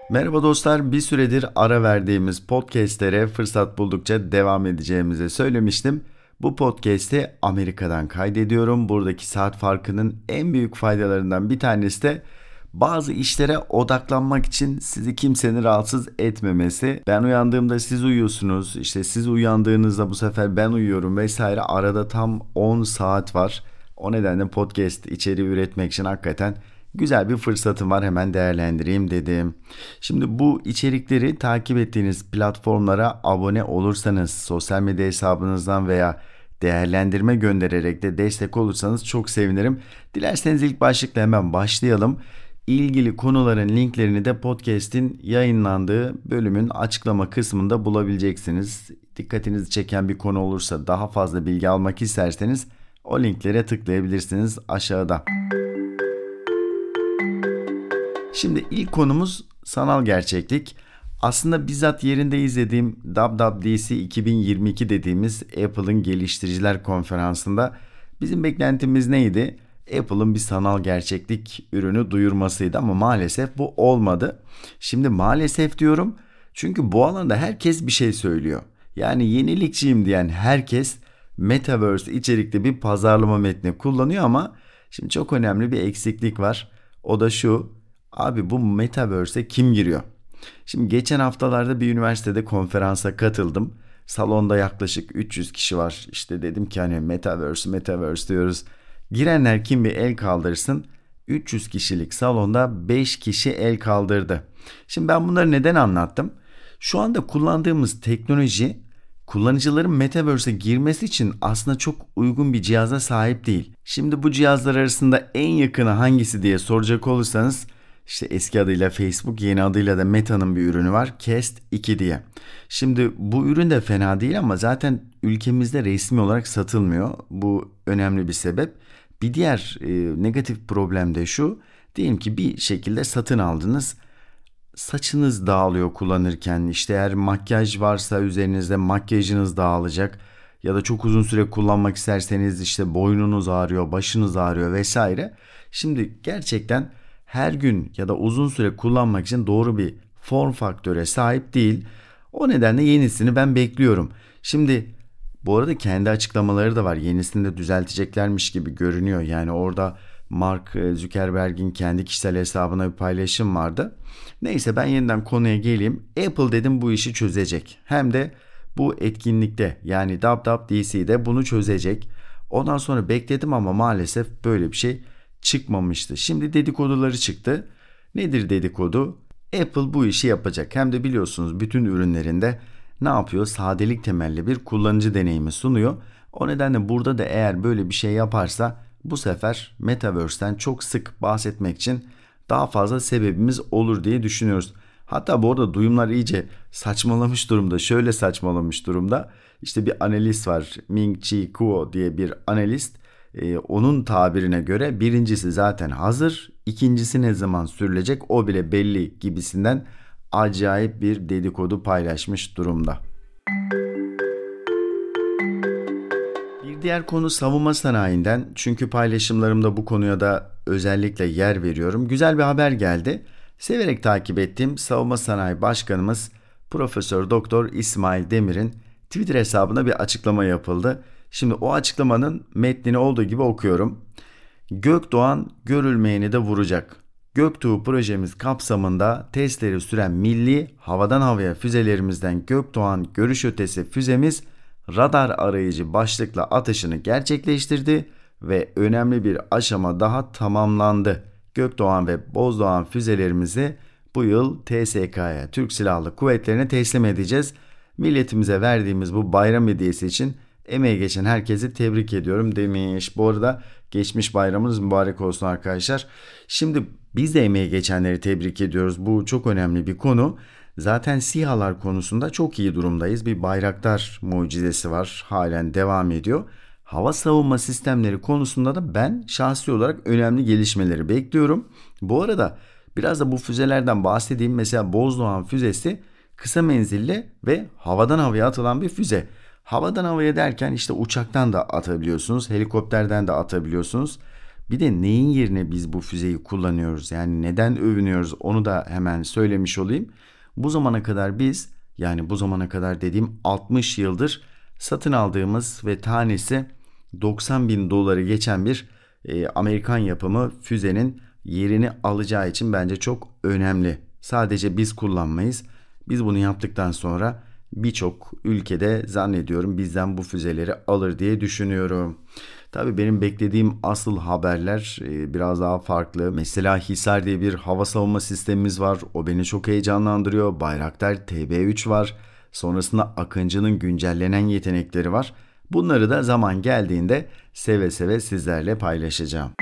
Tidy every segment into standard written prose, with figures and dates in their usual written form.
Merhaba dostlar, bir süredir ara verdiğimiz podcastlere fırsat buldukça devam edeceğimizi söylemiştim. Bu podcast'i Amerika'dan kaydediyorum. Buradaki saat farkının en büyük faydalarından bir tanesi de bazı işlere odaklanmak için sizi kimsenin rahatsız etmemesi. Ben uyandığımda siz uyuyorsunuz, işte siz uyandığınızda bu sefer ben uyuyorum vesaire. Arada tam 10 saat var. O nedenle podcast içeriği üretmek için hakikaten güzel bir fırsatım var, hemen değerlendireyim dedim. Şimdi bu içerikleri takip ettiğiniz platformlara abone olursanız, sosyal medya hesabınızdan veya değerlendirme göndererek de destek olursanız çok sevinirim. Dilerseniz ilk başlıkla hemen başlayalım. İlgili konuların linklerini de podcast'in yayınlandığı bölümün açıklama kısmında bulabileceksiniz. Dikkatinizi çeken bir konu olursa, daha fazla bilgi almak isterseniz o linklere tıklayabilirsiniz aşağıda. Şimdi ilk konumuz sanal gerçeklik. Aslında bizzat yerinde izlediğim WWDC 2022 dediğimiz Apple'ın geliştiriciler konferansında bizim beklentimiz neydi? Apple'ın bir sanal gerçeklik ürünü duyurmasıydı ama maalesef bu olmadı. Şimdi maalesef diyorum çünkü bu alanda herkes bir şey söylüyor. Yani yenilikçiyim diyen herkes Metaverse içerikli bir pazarlama metni kullanıyor ama şimdi çok önemli bir eksiklik var. O da şu: abi bu Metaverse'e kim giriyor? Şimdi geçen haftalarda bir üniversitede konferansa katıldım. Salonda yaklaşık 300 kişi var. İşte dedim ki hani Metaverse diyoruz. Girenler kim bir el kaldırsın? 300 kişilik salonda 5 kişi el kaldırdı. Şimdi ben bunları neden anlattım? Şu anda kullandığımız teknoloji kullanıcıların Metaverse'e girmesi için aslında çok uygun bir cihaza sahip değil. Şimdi bu cihazlar arasında en yakını hangisi diye soracak olursanız, İşte eski adıyla Facebook, yeni adıyla da Meta'nın bir ürünü var, Quest 2 diye. Şimdi bu ürün de fena değil ama zaten ülkemizde resmi olarak satılmıyor. Bu önemli bir sebep. Bir diğer negatif problem de şu: diyelim ki bir şekilde satın aldınız. Saçınız dağılıyor kullanırken, işte eğer makyaj varsa üzerinizde makyajınız dağılacak. Ya da çok uzun süre kullanmak isterseniz işte boynunuz ağrıyor, başınız ağrıyor vesaire. Şimdi gerçekten her gün ya da uzun süre kullanmak için doğru bir form faktöre sahip değil. O nedenle yenisini ben bekliyorum. Şimdi bu arada kendi açıklamaları da var. Yenisini de düzelteceklermiş gibi görünüyor. Yani orada Mark Zuckerberg'in kendi kişisel hesabına bir paylaşım vardı. Neyse, ben yeniden konuya geleyim. Apple dedim bu işi çözecek. Hem de bu etkinlikte, yani WWDC'de bunu çözecek. Ondan sonra bekledim ama maalesef böyle bir şey çıkmamıştı. Şimdi dedikoduları çıktı. Nedir dedikodu? Apple bu işi yapacak. Hem de biliyorsunuz bütün ürünlerinde ne yapıyor? Sadelik temelli bir kullanıcı deneyimi sunuyor. O nedenle burada da eğer böyle bir şey yaparsa bu sefer Metaverse'ten çok sık bahsetmek için daha fazla sebebimiz olur diye düşünüyoruz. Hatta bu arada duyumlar iyice saçmalamış durumda. Şöyle saçmalamış durumda. İşte bir analist var, Ming-Chi Kuo diye bir analist. Onun tabirine göre birincisi zaten hazır, ikincisi ne zaman sürülecek o bile belli gibisinden acayip bir dedikodu paylaşmış durumda. Bir diğer konu savunma sanayinden, çünkü paylaşımlarımda bu konuya da özellikle yer veriyorum. Güzel bir haber geldi. Severek takip ettiğim Savunma Sanayi Başkanımız Profesör Doktor İsmail Demir'in Twitter hesabına bir açıklama yapıldı. Şimdi o açıklamanın metnini olduğu gibi okuyorum. Gökdoğan görülmeyeni de vuracak. Göktuğ projemiz kapsamında testleri süren milli havadan havaya füzelerimizden Gökdoğan görüş ötesi füzemiz radar arayıcı başlıkla atışını gerçekleştirdi ve önemli bir aşama daha tamamlandı. Gökdoğan ve Bozdoğan füzelerimizi bu yıl TSK'ya, Türk Silahlı Kuvvetleri'ne teslim edeceğiz. Milletimize verdiğimiz bu bayram hediyesi için emeği geçen herkesi tebrik ediyorum demiş. Bu arada geçmiş bayramınız mübarek olsun arkadaşlar. Şimdi biz de emeği geçenleri tebrik ediyoruz. Bu çok önemli bir konu. Zaten SİHA'lar konusunda çok iyi durumdayız. Bir Bayraktar mucizesi var. Halen devam ediyor. Hava savunma sistemleri konusunda da ben şahsi olarak önemli gelişmeleri bekliyorum. Bu arada biraz da bu füzelerden bahsedeyim. Mesela Bozdoğan füzesi kısa menzilli ve havadan havaya atılan bir füze. Havadan havaya derken işte uçaktan da atabiliyorsunuz, helikopterden de atabiliyorsunuz. Bir de neyin yerine biz bu füzeyi kullanıyoruz? Yani neden övünüyoruz? Onu da hemen söylemiş olayım. Bu zamana kadar biz, yani bu zamana kadar dediğim 60 yıldır satın aldığımız ve tanesi 90 bin doları geçen bir Amerikan yapımı füzenin yerini alacağı için bence çok önemli. Sadece biz kullanmayız. Biz bunu yaptıktan sonra birçok ülkede zannediyorum bizden bu füzeleri alır diye düşünüyorum. Tabii benim beklediğim asıl haberler biraz daha farklı. Mesela Hisar diye bir hava savunma sistemimiz var. O beni çok heyecanlandırıyor. Bayraktar TB3 var. Sonrasında Akıncı'nın güncellenen yetenekleri var. Bunları da zaman geldiğinde seve seve sizlerle paylaşacağım.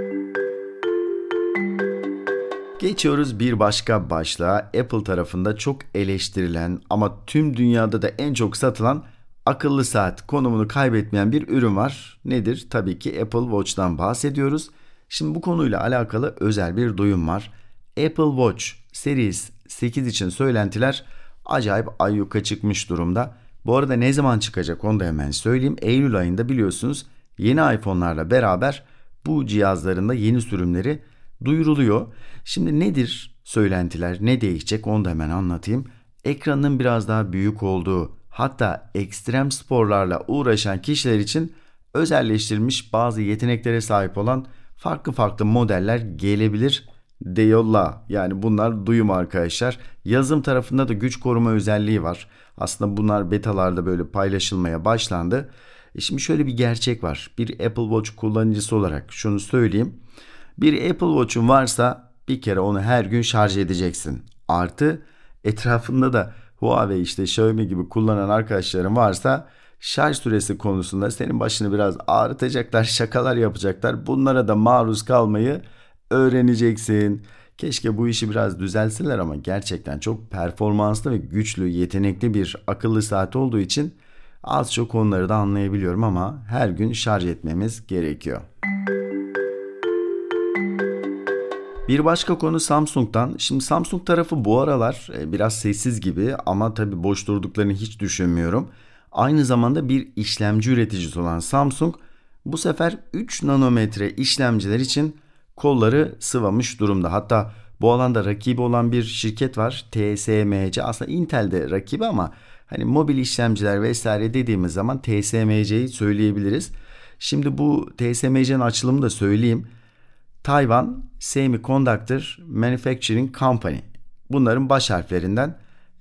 Geçiyoruz bir başka başlığa. Apple tarafında çok eleştirilen ama tüm dünyada da en çok satılan akıllı saat konumunu kaybetmeyen bir ürün var. Nedir? Tabii ki Apple Watch'tan bahsediyoruz. Şimdi bu konuyla alakalı özel bir duyum var. Apple Watch Series 8 için söylentiler acayip ayyuka çıkmış durumda. Bu arada ne zaman çıkacak onu da hemen söyleyeyim. Eylül ayında biliyorsunuz yeni iPhone'larla beraber bu cihazların da yeni sürümleri duyuruluyor. Şimdi nedir söylentiler, ne değişecek onu da hemen anlatayım. Ekranın biraz daha büyük olduğu, hatta ekstrem sporlarla uğraşan kişiler için özelleştirilmiş bazı yeteneklere sahip olan farklı modeller gelebilir diyorlar. Yani bunlar duyum arkadaşlar. Yazılım tarafında da güç koruma özelliği var. Aslında bunlar betalarda böyle paylaşılmaya başlandı. Şimdi şöyle bir gerçek var. Bir Apple Watch kullanıcısı olarak şunu söyleyeyim. Bir Apple Watch'un varsa bir kere onu her gün şarj edeceksin. Artı etrafında da Huawei işte Xiaomi gibi kullanan arkadaşların varsa şarj süresi konusunda senin başını biraz ağrıtacaklar, şakalar yapacaklar. Bunlara da maruz kalmayı öğreneceksin. Keşke bu işi biraz düzelseler ama gerçekten çok performanslı ve güçlü, yetenekli bir akıllı saat olduğu için az çok onları da anlayabiliyorum ama her gün şarj etmemiz gerekiyor. Bir başka konu Samsung'dan. Şimdi Samsung tarafı bu aralar biraz sessiz gibi ama tabii boş durduklarını hiç düşünmüyorum. Aynı zamanda bir işlemci üreticisi olan Samsung bu sefer 3 nanometre işlemciler için kolları sıvamış durumda. Hatta bu alanda rakibi olan bir şirket var, TSMC. Aslında Intel'de rakibi ama hani mobil işlemciler vesaire dediğimiz zaman TSMC'yi söyleyebiliriz. Şimdi bu TSMC'nin açılımını da söyleyeyim. Taiwan Semiconductor Manufacturing Company. Bunların baş harflerinden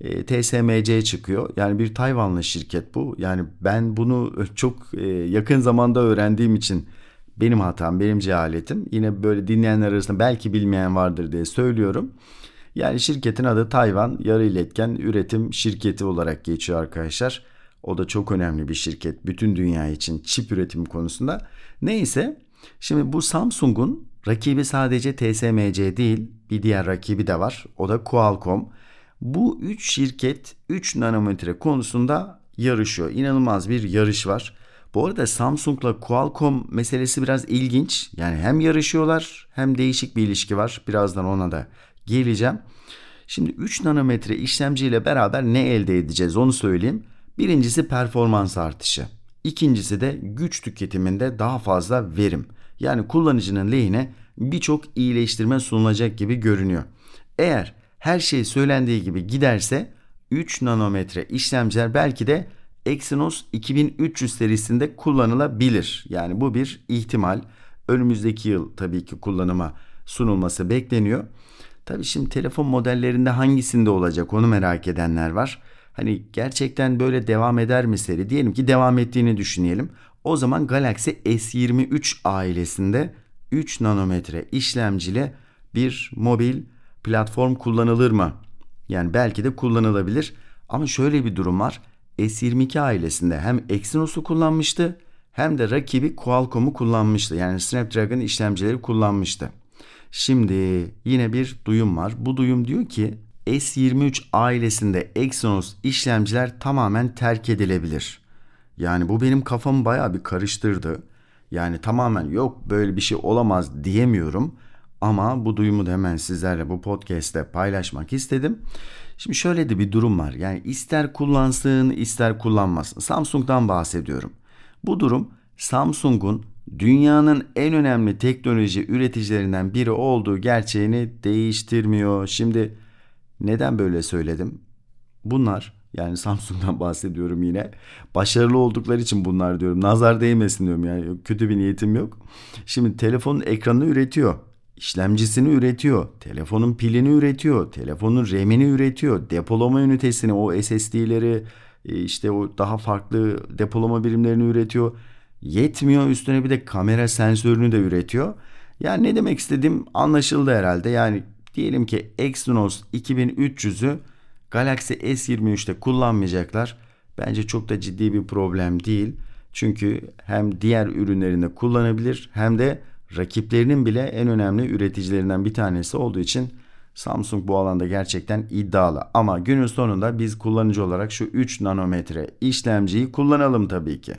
TSMC çıkıyor. Yani bir Tayvanlı şirket bu. Yani ben bunu çok yakın zamanda öğrendiğim için benim hatam, benim cehaletim. Yine böyle dinleyenler arasında belki bilmeyen vardır diye söylüyorum. Yani şirketin adı Tayvan Yarı İletken Üretim Şirketi olarak geçiyor arkadaşlar. O da çok önemli bir şirket bütün dünya için çip üretimi konusunda. Neyse, şimdi bu Samsung'un rakibi sadece TSMC değil, bir diğer rakibi de var. O da Qualcomm. Bu 3 şirket 3 nanometre konusunda yarışıyor. İnanılmaz bir yarış var. Bu arada Samsung'la Qualcomm meselesi biraz ilginç. Yani hem yarışıyorlar hem değişik bir ilişki var. Birazdan ona da geleceğim. Şimdi 3 nanometre işlemciyle beraber ne elde edeceğiz onu söyleyeyim. Birincisi performans artışı. İkincisi de güç tüketiminde daha fazla verim. Yani kullanıcının lehine birçok iyileştirme sunulacak gibi görünüyor. Eğer her şey söylendiği gibi giderse 3 nanometre işlemciler belki de Exynos 2300 serisinde kullanılabilir. Yani bu bir ihtimal. Önümüzdeki yıl tabii ki kullanıma sunulması bekleniyor. Tabii şimdi telefon modellerinde hangisinde olacak onu merak edenler var. Hani gerçekten böyle devam eder mi seri? Diyelim ki devam ettiğini düşünelim. O zaman Galaxy S23 ailesinde 3 nanometre işlemciyle bir mobil platform kullanılır mı? Yani belki de kullanılabilir. Ama şöyle bir durum var. S22 ailesinde hem Exynos'u kullanmıştı hem de rakibi Qualcomm'u kullanmıştı. Yani Snapdragon işlemcileri kullanmıştı. Şimdi yine bir duyum var. Bu duyum diyor ki S23 ailesinde Exynos işlemciler tamamen terk edilebilir. Yani bu benim kafamı bayağı bir karıştırdı. Yani tamamen yok böyle bir şey olamaz diyemiyorum. Ama bu duyumu da hemen sizlerle bu podcast'te paylaşmak istedim. Şimdi şöyle de bir durum var. Yani ister kullansın ister kullanmasın. Samsung'dan bahsediyorum. Bu durum Samsung'un dünyanın en önemli teknoloji üreticilerinden biri olduğu gerçeğini değiştirmiyor. Şimdi neden böyle söyledim? Bunlar, yani Samsung'dan bahsediyorum yine. Başarılı oldukları için bunlar diyorum. Nazar değmesin diyorum, yani kötü bir niyetim yok. Şimdi telefonun ekranını üretiyor. İşlemcisini üretiyor. Telefonun pilini üretiyor. Telefonun RAM'ini üretiyor. Depolama ünitesini, o SSD'leri, işte o daha farklı depolama birimlerini üretiyor. Yetmiyor, üstüne bir de kamera sensörünü de üretiyor. Yani ne demek istediğim anlaşıldı herhalde. Yani diyelim ki Exynos 2300'ü Galaxy S23'te kullanmayacaklar. Bence çok da ciddi bir problem değil. Çünkü hem diğer ürünlerinde kullanabilir, hem de rakiplerinin bile en önemli üreticilerinden bir tanesi olduğu için Samsung bu alanda gerçekten iddialı. Ama günün sonunda biz kullanıcı olarak şu 3 nanometre işlemciyi kullanalım tabii ki.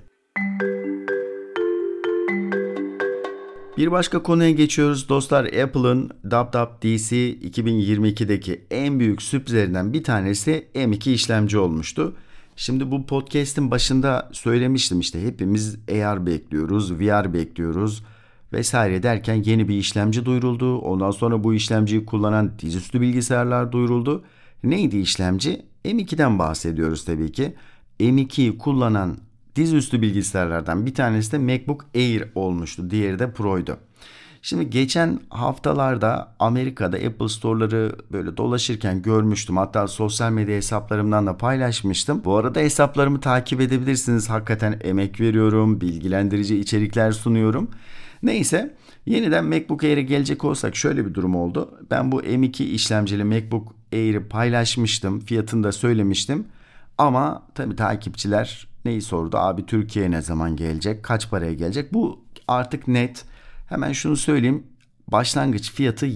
Bir başka konuya geçiyoruz dostlar. Apple'ın WWDC 2022'deki en büyük sürprizlerinden bir tanesi M2 işlemci olmuştu. Şimdi bu podcast'in başında söylemiştim, işte hepimiz AR bekliyoruz, VR bekliyoruz vesaire derken yeni bir işlemci duyuruldu. Ondan sonra bu işlemciyi kullanan dizüstü bilgisayarlar duyuruldu. Neydi işlemci? M2'den bahsediyoruz tabii ki. M2'yi kullanan dizüstü bilgisayarlardan bir tanesi de MacBook Air olmuştu. Diğeri de Pro'ydu. Şimdi geçen haftalarda Amerika'da Apple Store'ları böyle dolaşırken görmüştüm. Hatta sosyal medya hesaplarımdan da paylaşmıştım. Bu arada hesaplarımı takip edebilirsiniz. Hakikaten emek veriyorum, bilgilendirici içerikler sunuyorum. Neyse, yeniden MacBook Air'e gelecek olsak şöyle bir durum oldu. Ben bu M2 işlemcili MacBook Air'i paylaşmıştım. Fiyatını da söylemiştim. Ama tabii takipçiler neyi sordu? Abi Türkiye'ye ne zaman gelecek? Kaç paraya gelecek? Bu artık net. Hemen şunu söyleyeyim. Başlangıç fiyatı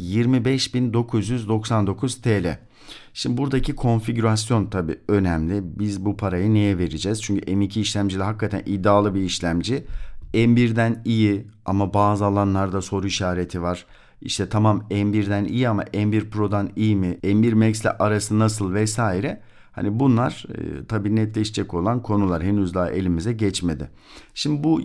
25.999 TL. Şimdi buradaki konfigürasyon tabii önemli. Biz bu parayı niye vereceğiz? Çünkü M2 işlemci de hakikaten iddialı bir işlemci. M1'den iyi ama bazı alanlarda soru işareti var. İşte tamam, M1'den iyi ama M1 Pro'dan iyi mi? M1 Max ile arası nasıl vesaire? Hani bunlar tabii netleşecek olan konular, henüz daha elimize geçmedi. Şimdi bu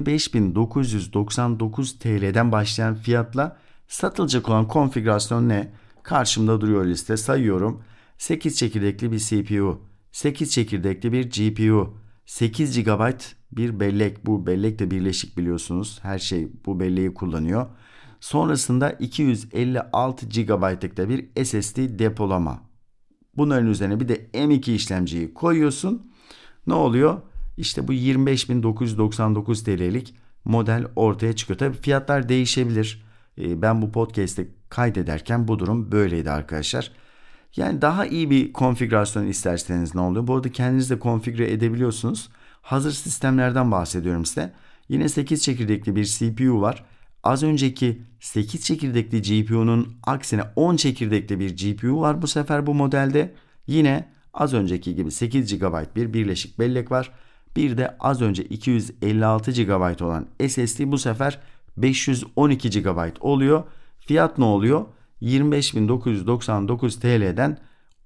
25.999 TL'den başlayan fiyatla satılacak olan konfigürasyon ne? Karşımda duruyor liste, sayıyorum. 8 çekirdekli bir CPU, 8 çekirdekli bir GPU, 8 GB bir bellek. Bu bellek de birleşik biliyorsunuz. Her şey bu belleği kullanıyor. Sonrasında 256 GB'lık da bir SSD depolama. Bunların üzerine bir de M2 işlemciyi koyuyorsun. Ne oluyor? İşte bu 25.999 TL'lik model ortaya çıkıyor. Tabii fiyatlar değişebilir. Ben bu podcast'te kaydederken bu durum böyleydi arkadaşlar. Yani daha iyi bir konfigürasyon isterseniz ne oluyor? Bu arada kendiniz de konfigüre edebiliyorsunuz. Hazır sistemlerden bahsediyorum size. Yine 8 çekirdekli bir CPU var. Az önceki 8 çekirdekli GPU'nun aksine 10 çekirdekli bir GPU var bu sefer bu modelde. Yine az önceki gibi 8 GB bir birleşik bellek var. Bir de az önce 256 GB olan SSD bu sefer 512 GB oluyor. Fiyat ne oluyor? 25.999 TL'den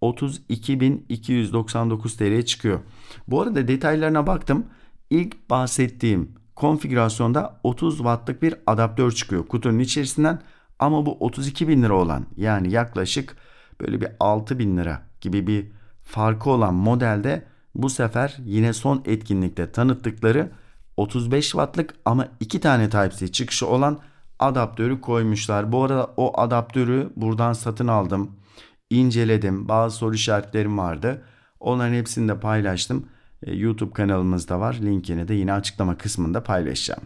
32.299 TL'ye çıkıyor. Bu arada detaylarına baktım. İlk bahsettiğim konfigürasyonda 30 wattlık bir adaptör çıkıyor kutunun içerisinden, ama bu 32.000 lira olan, yani yaklaşık böyle bir 6.000 lira gibi bir farkı olan modelde bu sefer yine son etkinlikte tanıttıkları 35 wattlık ama 2 tane Type-C çıkışı olan adaptörü koymuşlar. Bu arada o adaptörü buradan satın aldım, inceledim, bazı soru işaretlerim vardı, onların hepsini de paylaştım. YouTube kanalımızda var. Linkini de yine açıklama kısmında paylaşacağım.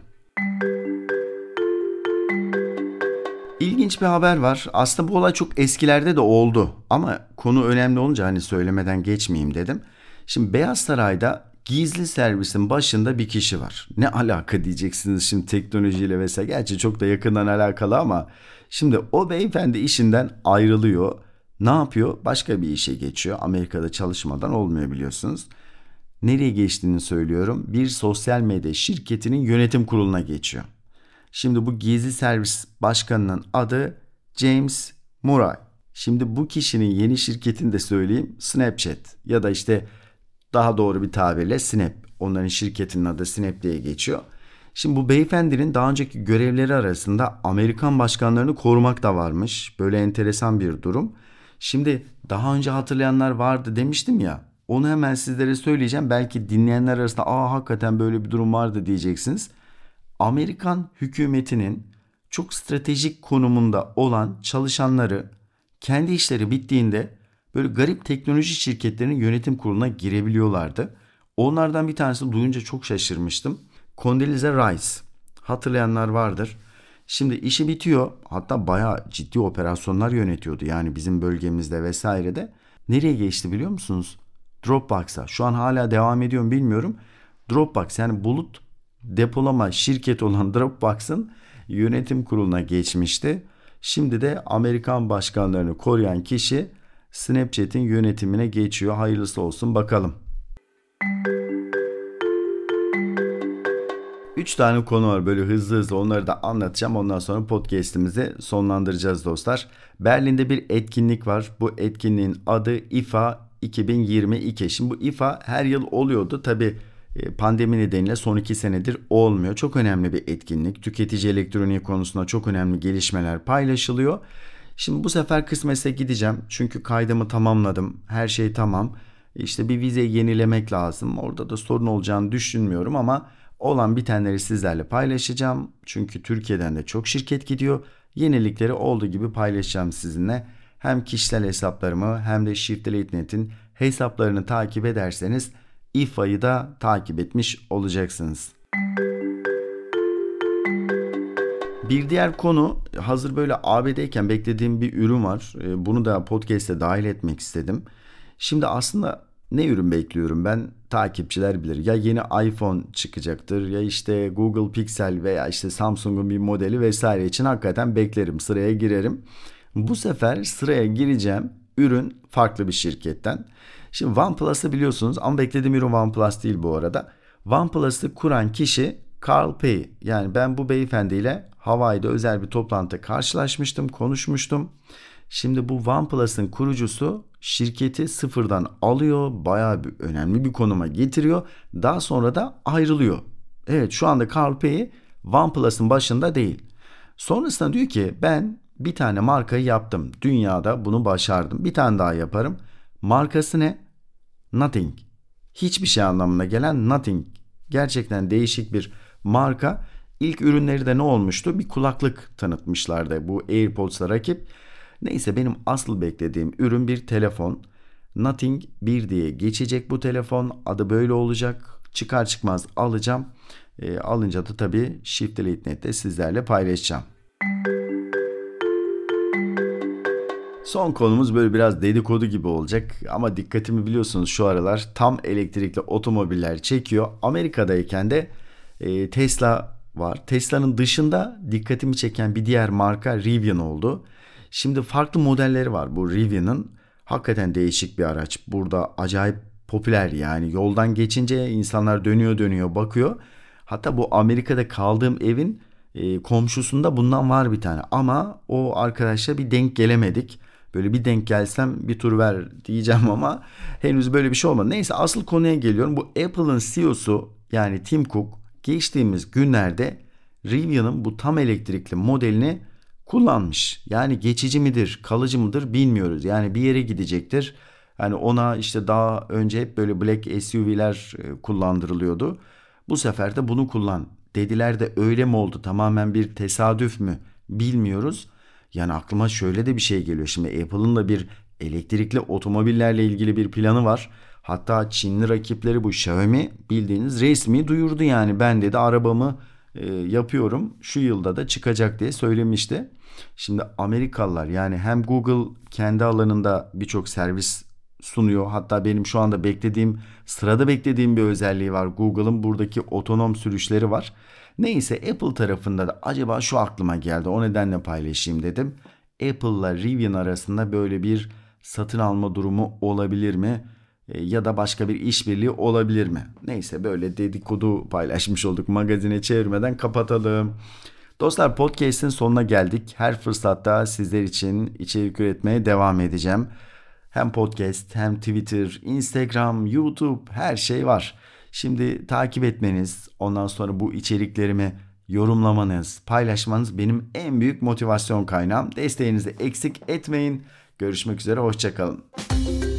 İlginç bir haber var. Aslında bu olay çok eskilerde de oldu. Ama konu önemli olunca hani söylemeden geçmeyeyim dedim. Şimdi Beyaz Saray'da gizli servisin başında bir kişi var. Ne alaka diyeceksiniz şimdi teknolojiyle vesaire. Gerçi çok da yakından alakalı ama şimdi o beyefendi işinden ayrılıyor. Ne yapıyor? Başka bir işe geçiyor. Amerika'da çalışmadan olmuyor biliyorsunuz. Nereye geçtiğini söylüyorum. Bir sosyal medya şirketinin yönetim kuruluna geçiyor. Şimdi bu gizli servis başkanının adı James Murray. Şimdi bu kişinin yeni şirketini de söyleyeyim. Snapchat ya da işte daha doğru bir tabirle Snap. Onların şirketinin adı Snap diye geçiyor. Şimdi bu beyefendinin daha önceki görevleri arasında Amerikan başkanlarını korumak da varmış. Böyle enteresan bir durum. Şimdi daha önce hatırlayanlar vardı demiştim ya. Onu hemen sizlere söyleyeceğim. Belki dinleyenler arasında hakikaten böyle bir durum vardı diyeceksiniz. Amerikan hükümetinin çok stratejik konumunda olan çalışanları kendi işleri bittiğinde böyle garip teknoloji şirketlerinin yönetim kuruluna girebiliyorlardı. Onlardan bir tanesi duyunca çok şaşırmıştım. Condoleezza Rice. Hatırlayanlar vardır. Şimdi işi bitiyor. Hatta bayağı ciddi operasyonlar yönetiyordu. Yani bizim bölgemizde vesairede. Nereye geçti biliyor musunuz? Dropbox'a. Şu an hala devam ediyor mu bilmiyorum. Dropbox yani bulut depolama şirketi olan Dropbox'ın yönetim kuruluna geçmişti. Şimdi de Amerikan başkanlarını koruyan kişi Snapchat'in yönetimine geçiyor. Hayırlısı olsun bakalım. 3 tane konu var böyle hızlı onları da anlatacağım. Ondan sonra podcast'imizi sonlandıracağız dostlar. Berlin'de bir etkinlik var. Bu etkinliğin adı IFA 2022. Şimdi bu IFA her yıl oluyordu. Tabii pandemi nedeniyle son 2 senedir olmuyor. Çok önemli bir etkinlik. Tüketici elektroniği konusunda çok önemli gelişmeler paylaşılıyor. Şimdi bu sefer kısmetse gideceğim. Çünkü kaydımı tamamladım. Her şey tamam. İşte bir vize yenilemek lazım. Orada da sorun olacağını düşünmüyorum ama olan bitenleri sizlerle paylaşacağım. Çünkü Türkiye'den de çok şirket gidiyor. Yenilikleri olduğu gibi paylaşacağım sizinle. Hem kişisel hesaplarımı hem de Shift Delete Net'in hesaplarını takip ederseniz IFA'yı da takip etmiş olacaksınız. Bir diğer konu, hazır böyle AB'deyken beklediğim bir ürün var. Bunu da podcast'e dahil etmek istedim. Şimdi aslında ne ürün bekliyorum ben? Takipçiler bilir. Ya yeni iPhone çıkacaktır ya işte Google Pixel veya işte Samsung'un bir modeli vesaire için hakikaten beklerim, sıraya girerim. Bu sefer sıraya gireceğim ürün farklı bir şirketten. Şimdi OnePlus'ı biliyorsunuz ama beklediğim ürün OnePlus değil bu arada. OnePlus'ı kuran kişi Carl Pei. Yani ben bu beyefendiyle Hawaii'de özel bir toplantıda karşılaşmıştım, konuşmuştum. Şimdi bu OnePlus'ın kurucusu şirketi sıfırdan alıyor, bayağı bir önemli bir konuma getiriyor. Daha sonra da ayrılıyor. Evet, şu anda Carl Pei OnePlus'ın başında değil. Sonrasında diyor ki ben bir tane markayı yaptım. Dünyada bunu başardım. Bir tane daha yaparım. Markası ne? Nothing. Hiçbir şey anlamına gelen Nothing. Gerçekten değişik bir marka. İlk ürünleri de ne olmuştu? Bir kulaklık tanıtmışlardı. Bu AirPods'la rakip. Neyse benim asıl beklediğim ürün bir telefon. Nothing 1 diye geçecek bu telefon. Adı böyle olacak. Çıkar çıkmaz alacağım. Alınca da tabii Shift Delete Net'te sizlerle paylaşacağım. Son konumuz böyle biraz dedikodu gibi olacak ama dikkatimi biliyorsunuz şu aralar tam elektrikli otomobiller çekiyor. Amerika'dayken de Tesla var. Tesla'nın dışında dikkatimi çeken bir diğer marka Rivian oldu. Şimdi farklı modelleri var bu Rivian'ın. Hakikaten değişik bir araç. Burada acayip popüler yani yoldan geçince insanlar dönüyor bakıyor. Hatta bu Amerika'da kaldığım evin komşusunda bundan var bir tane ama o arkadaşla bir denk gelemedik. Böyle bir denk gelsem bir tur ver diyeceğim ama henüz böyle bir şey olmadı. Neyse asıl konuya geliyorum. Bu Apple'ın CEO'su yani Tim Cook geçtiğimiz günlerde Rivian'ın bu tam elektrikli modelini kullanmış. Yani geçici midir, kalıcı mıdır bilmiyoruz. Yani bir yere gidecektir. Yani ona işte daha önce hep böyle Black SUV'ler kullandırılıyordu. Bu sefer de bunu kullan dediler de öyle mi oldu? Tamamen bir tesadüf mü? Bilmiyoruz. Yani aklıma şöyle de bir şey geliyor. Şimdi Apple'ın da bir elektrikli otomobillerle ilgili bir planı var. Hatta Çinli rakipleri bu Xiaomi bildiğiniz resmi duyurdu yani ben dedi arabamı yapıyorum şu yılda da çıkacak diye söylemişti. Şimdi Amerikalılar yani hem Google kendi alanında birçok servis sunuyor. Hatta benim şu anda sırada beklediğim bir özelliği var. Google'ın buradaki otonom sürüşleri var. Neyse Apple tarafında da acaba şu aklıma geldi. O nedenle paylaşayım dedim. Apple'la Rivian arasında böyle bir satın alma durumu olabilir mi? Ya da başka bir işbirliği olabilir mi? Neyse böyle dedikodu paylaşmış olduk. Magazine çevirmeden kapatalım. Dostlar podcast'in sonuna geldik. Her fırsatta sizler için içerik üretmeye devam edeceğim. Hem podcast hem Twitter, Instagram, YouTube her şey var. Şimdi takip etmeniz, ondan sonra bu içeriklerimi yorumlamanız, paylaşmanız benim en büyük motivasyon kaynağım. Desteğinizi eksik etmeyin. Görüşmek üzere, hoşça kalın.